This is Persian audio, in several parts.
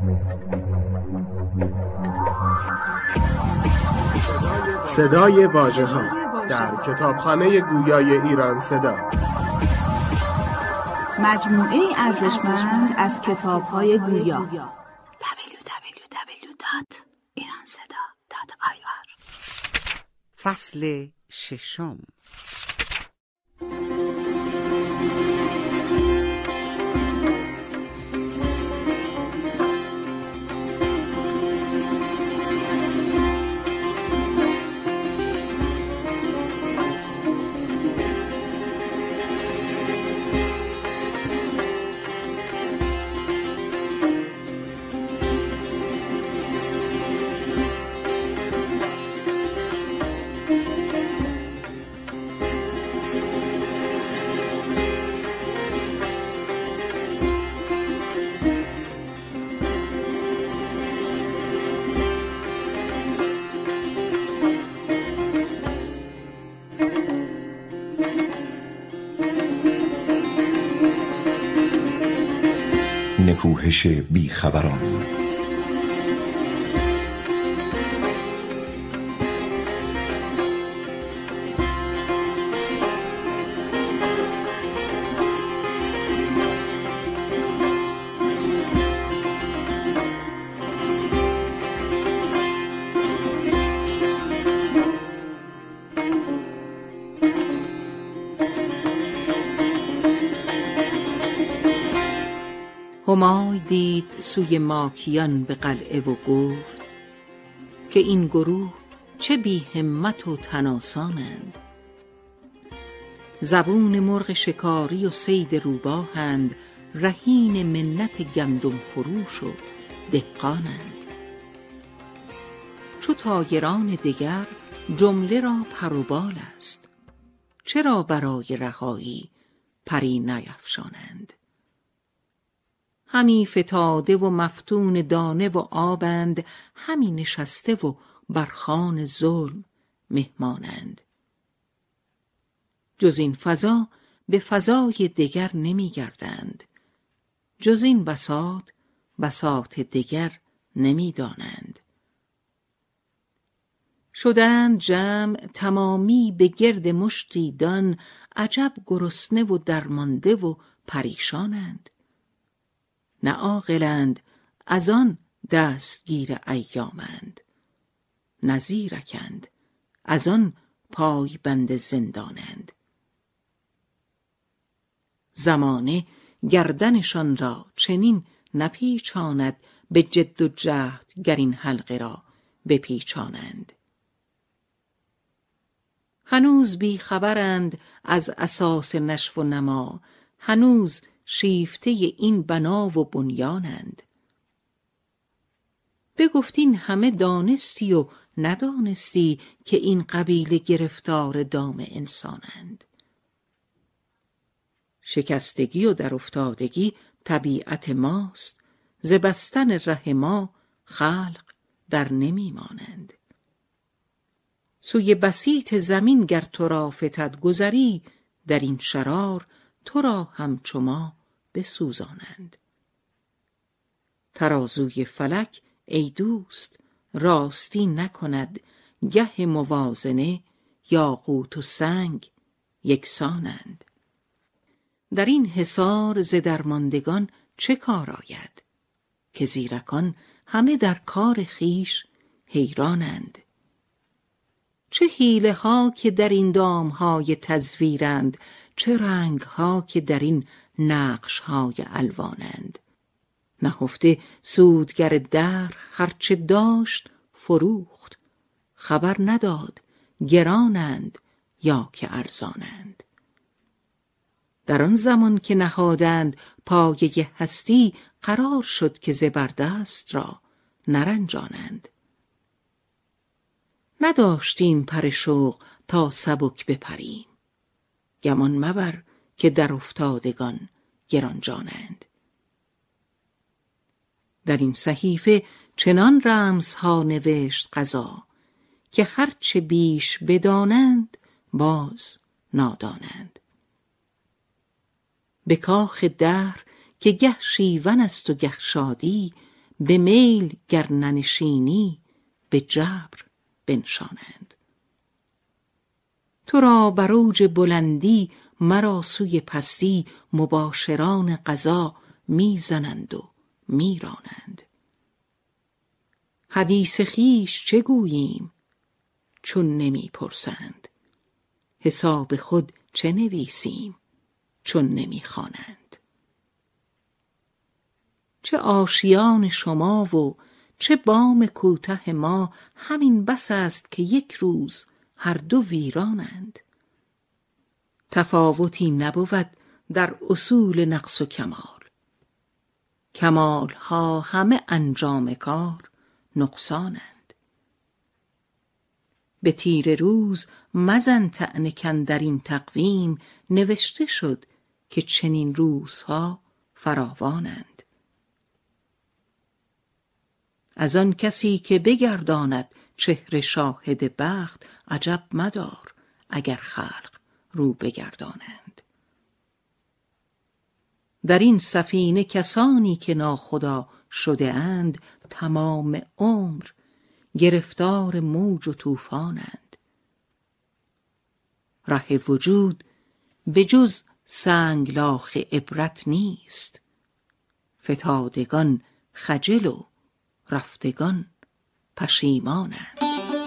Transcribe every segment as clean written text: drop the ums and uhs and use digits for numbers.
صدای واژه‌ها در کتابخانه گویای ایران صدا، مجموعه ارزشمند از کتاب‌های گویا. www.iranseda.ir. فصل ششم. نکوهش بیخبران. همای دید سوی ماکیان به قلعه و گفت که این گروه چه بی همت و تناسانند. زبون مرغ شکاری و صید روباهند، رهین منت گندم فروش و دهقانند. چو طایران دگر جمله را پر و بال است، چرا برای رهایی پری نیفشانند؟ همی فتاده و مفتون دانه و آبند، همی نشسته و بر خوان ظلم مهمانند. جز این فضا به فضای دگر نمی گردند، جز این بساط بساط دگر نمی دانند. شدند جمع تمامی به گرد مشتی دان، عجب گرسنه و درمانده و پریشانند. نه عاقلند از آن دستگیر ایامند، نه زیرکند از آن پای بند زندانند. زمانه گردنشان را چنین نپیچاند، به جد و جهد گر این حلقه را بپیچانند. هنوز بی خبرند از اساس نشو و نما، هنوز شیفته این بنا و بنیانند. بگفت این همه دانستی و ندانستی، که این قبیله گرفتار دام انسانند. شکستگی و در افتادگی طبیعت ماست، ز بستن ره ما خلق در نمی مانند. سوی بسیط زمین گر تو را فتد گذری، در این شرار تو را همچو ما بسوزانند. ترازوی فلک ای دوست راستی نکند، گه موازنه یاقوت و سنگ یکسانند. در این حصار ز درماندگان چه کار آید، که زیرکان همه در کار خویش حیرانند. چه حیله ها که در این دام های تزویرند، چه رنگ ها که در این نقش های الوانند. نهفته سودگر دهر هرچه داشت فروخت، خبر نداد گرانند یا که ارزانند. در آن زمان که نهادند پایه هستی، قرار شد که زبردست را نرنجانند. نداشتیم پر شوق تا سبک بپریم، گمان مبر که در افتادگان گرانجانند. در این صحیفه چنان رمزها نوشت قضا، که هرچه بیش بدانند باز نادانند. به کاخ دهر که گه شیون است و گه شادی، به میل گر ننشینی به جبر بنشانند. تو را بر اوج بلندی مرا سوی پستی مباشران قضا میزنند و میرانند. حدیث خویش چه گوییم چون نمیپرسند، حساب خود چه نویسیم چون نمیخوانند. چه آشیان شما و چه بام کوته ما، همین بس است که یک روز هر دو ویرانند. تفاوتی نبود در اصول نقص و کمال، کمال ها همه انجام کار نقصانند. به تیره روز مزن طعنه کاندر این تقویم، نوشته شد که چنین روزها فراوانند. از آن کسی که بگرداند چهره شاهد بخت، عجب مدار اگر خلق رو بگردانند. در این سفینه کسانی که ناخدا شده اند، تمام عمر گرفتار موج و طوفانند. ره وجود به جز سنگلاخ عبرت نیست، فتادگان خجل و رفتگان پشیمانند.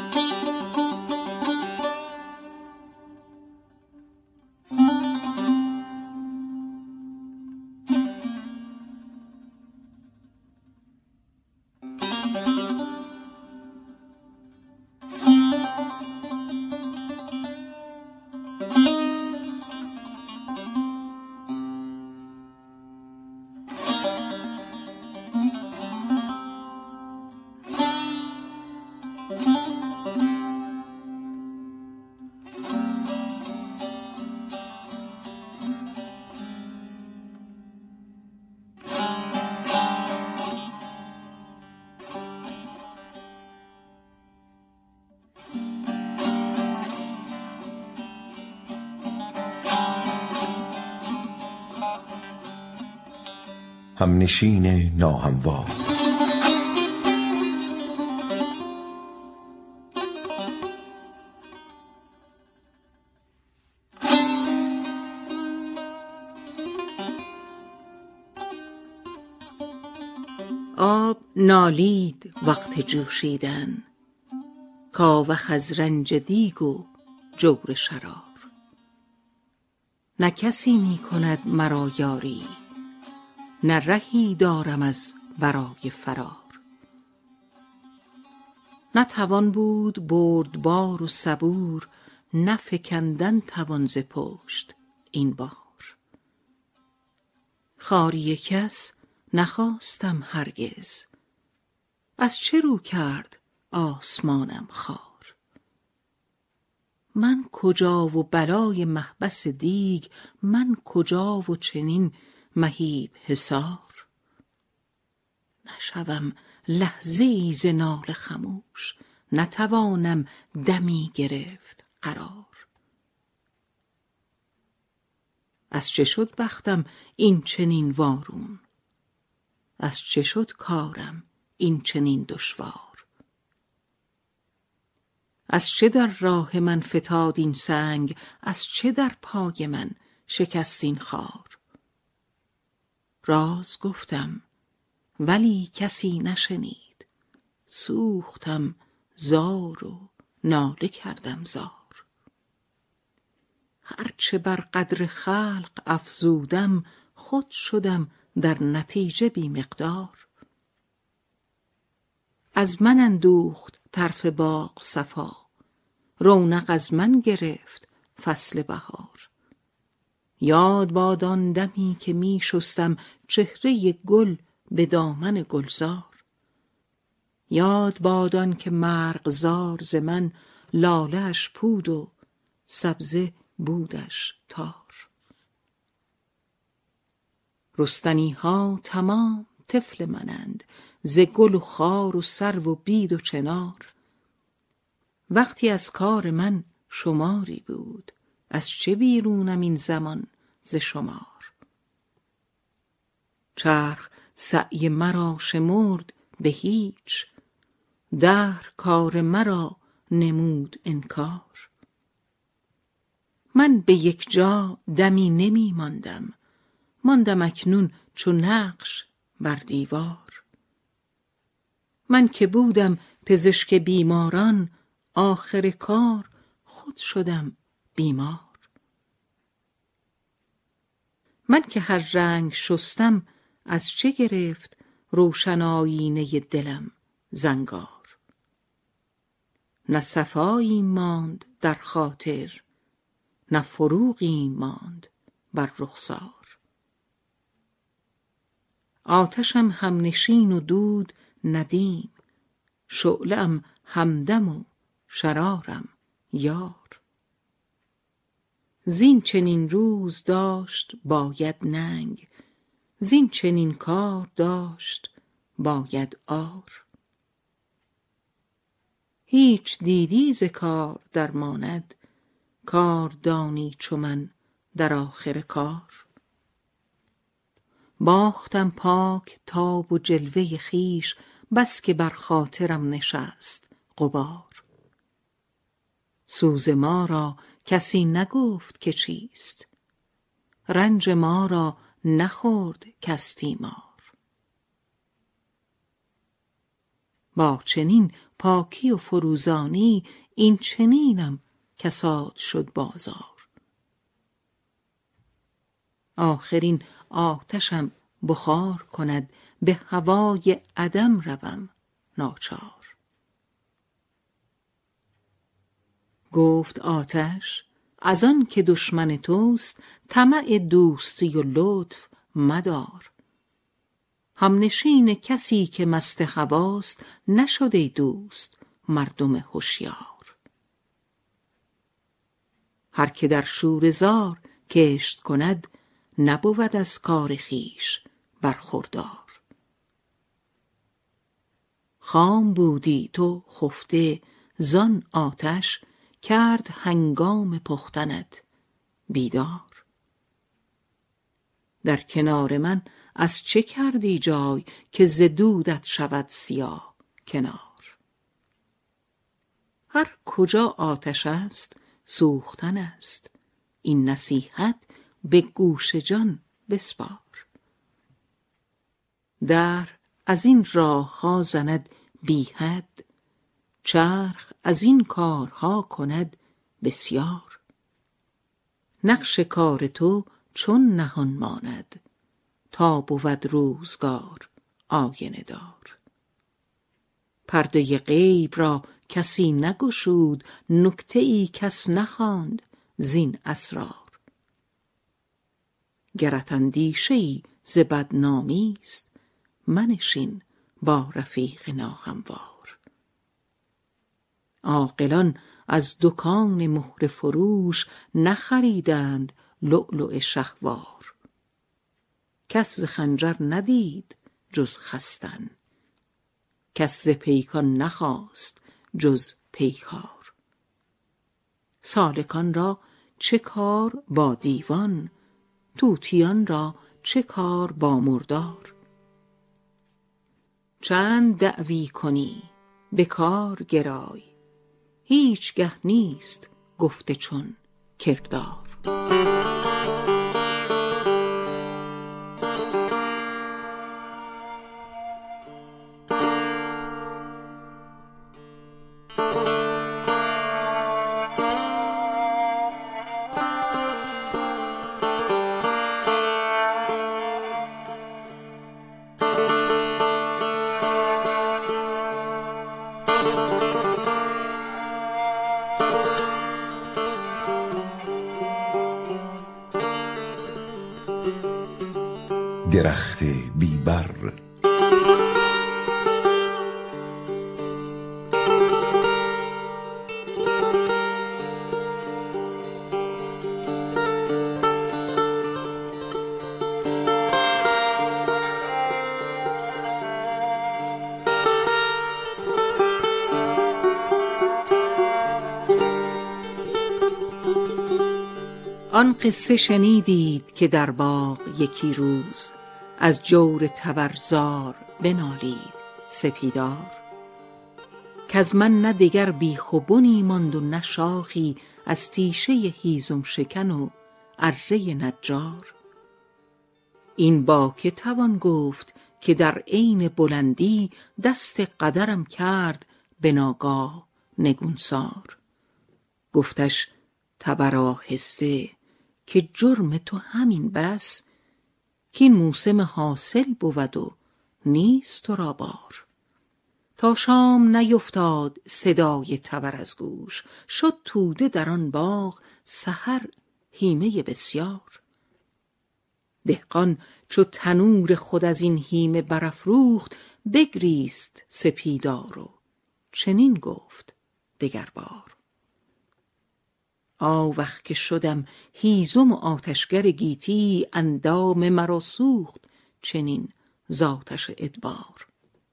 همنشین ناهموار. آب نالید وقت جوشیدن، کاوخ از رنج دیگ و جور شرار. نه کسی می کند مرا یاری، نه رهی دارم از برای فرار. نه توان بود بردبار و صبور، نه فکندن توان ز پشت این بار. خواری کس نخواستم هرگز، از چه رو کرد آسمانم خوار. من کجا و بلای محبس دیگ، من کجا و چنین مهیب حصار. نشوم لحظه‌ای ز ناله خموش، نتوانم دمی گرفت قرار. از چه شد بختم این چنین وارون، از چه شد کارم این چنین دشوار. از چه در راه من فتاد این سنگ، از چه در پای من شکست این خار. راز گفتم ولی کسی نشنید، سوختم زار و ناله کردم زار. هرچه بر قدر خلق افزودم، خود شدم در نتیجه بی مقدار. از من اندوخت طرف باغ صفا، رونق از من گرفت فصل بهار. یاد باد آن دمی که می شستم چهره گل به دامن گلزار. یاد باد آن که مرغزار ز من لاله‌اش پود و سبزه بودش تار. رستنی ها تمام طفل منند، ز گل و خار و سرو و بید و چنار. وقتی از کار من شماری بود، از چه بیرونم این زمان ز شمار. چرخ سعی مرا شمرد به هیچ، دهر کار مرا نمود انکار. من به یک جا دمی نمی ماندم، ماندم اکنون چو نقش بر دیوار. من که بودم پزشک بیماران، آخر کار خود شدم بیمار. من که هر رنگ شستم، از چه گرفت روشن آیینه دلم زنگار. نه صفایی ماند در خاطر، نه فروغی ماند بر رخسار. آتشم همنشین و دود ندیم، شعله‌ام همدم و شرارم یار. زین چنین روز داشت باید ننگ، زین چنین کار داشت باید عار. هیچ دیدی ز کار درماند، کار دانی چو من در آخر کار. باختم پاک تاب و جلوه خویش، بس که بر خاطرم نشست غبار. سوز ما را کسی نگفت که چیست، رنج ما را نخورد کس تیمار. با چنین پاکی و فروزانی، این چنینم کساد شد بازار. آخرین آتشم بخار کند، به هوای عدم روم ناچار. گفت آتش از آن که دشمن توست، طمع دوستی و لطف مدار. همنشین کسی که مست هواست، نشد ای دوست مردم هوشیار. هر که در شوره زار کشت کند، نبود از کار خویش برخوردار. خام بودی تو خفته، زان آتش کرد هنگام پختنت بیدار. در کنار من از چه کردی جای، که ز دودت شود سیاه کنار. هر کجا آتش است سوختن است، این نصیحت به گوش جان بسپار. دهر از این راه ها زند بی حد، چرخ از این کارها کند بسیار. نقش کار تو چون نهان ماند، تا بود روزگار آینه دار. پرده غیب را کسی نگشود، نکته ای کس نخواند زین اسرار. گرت اندیشه ای ز بدنامی است، منشین با رفیق ناهموار. عاقلان از دکان مهره فروش، نخریدند لؤلؤ شهوار. کس ز خنجر ندید جز خستن، کس ز پیکان نخواست جز پیکار. سالکان را چه کار با دیوان، طوطیان را چه کار با مردار. چند دعوی کنی به کار گرای، هیچگه نیست گفته چون کردار. درخت بیبر. آن قصه شنیدید که در باغ یکی روز، از جور تبرزار بنالید سپیدار، کز من نه دگر بیخ و بنی ماند و نه شاخی از تیشه هیزم شکن و اره نجار. این با که توان گفت که در عین بلندی دست قدرم کرد به ناگاه نگونسار. گفتش تبر آهسته که جرم تو همین بس، که این موسم حاصل بود و نیست تو را بار. تا شام نیفتاد صدای تبر از گوش، شد توده در آن باغ سحر هیمه بسیار. دهقان چو تنور خود از این هیمه برافروخت، بگریست سپیدار و چنین گفت دگر بار. آوخ که شدم هیزم و آتشگر گیتی، اندام مرا سوخت چنین ز آتش ادبار.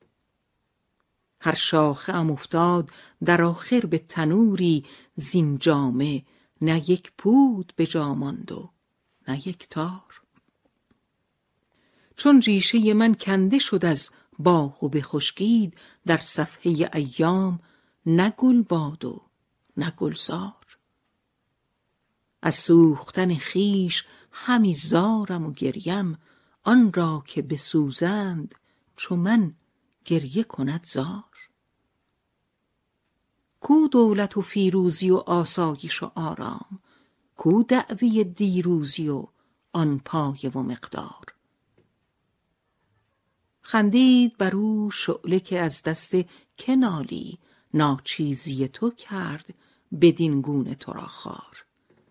هر شاخه ام افتاد در آخر به تنوری، زین جامه نه یک پود به جا ماند و نه یک تار. چون ریشه من کنده شد از باغ و بخشکید، در صفحه ایام نه گل باد و نه گلزار. از سوختن خویش همی زارم و گریم، آن را که بسوزند چو من گریه کند زار. کو دولت و فیروزی و آسایش و آرام، کو دعوی دیروزی و آن پایه و مقدار. خندید بر او شعله که از دست که نالی، ناچیزی تو کرد بدین گونه تو را خار.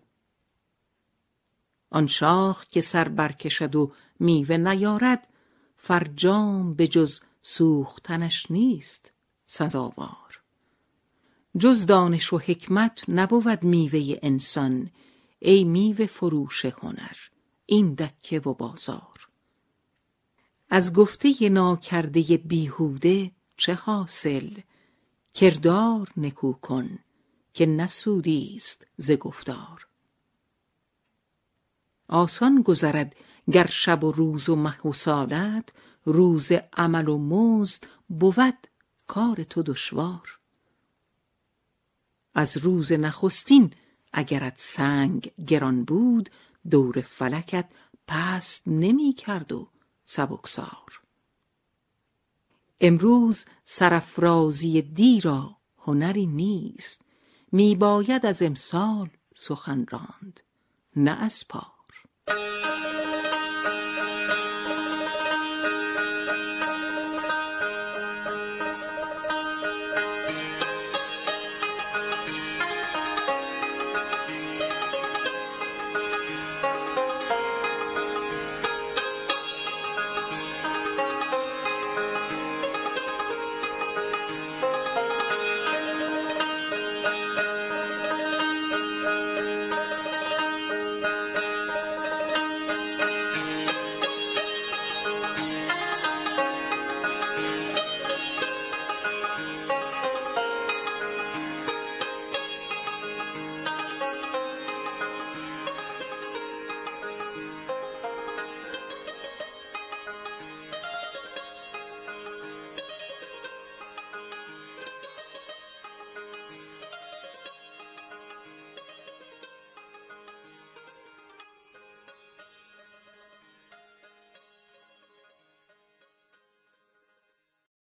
آن شاخ که سر برکشد و میوه نیارد، فرجام به جز سوختنش نیست سزاوار. جز دانش و حکمت نبود میوه انسان، ای میوه فروش هنر این دکه و بازار. از گفته ناکرده بیهوده چه حاصل، کردار نکو کن که نه سودیست ز گفتار. آسان گذرد گر شب و روز و مه و سالت، روز عمل و مزد بود کار تو دشوار. از روز نخستین اگرت سنگ گران بود، دور فلکت پست نمی کرد و سبکسار. امروز سرافرازی دی را هنری نیست، می باید از امسال سخن راند نه از پار.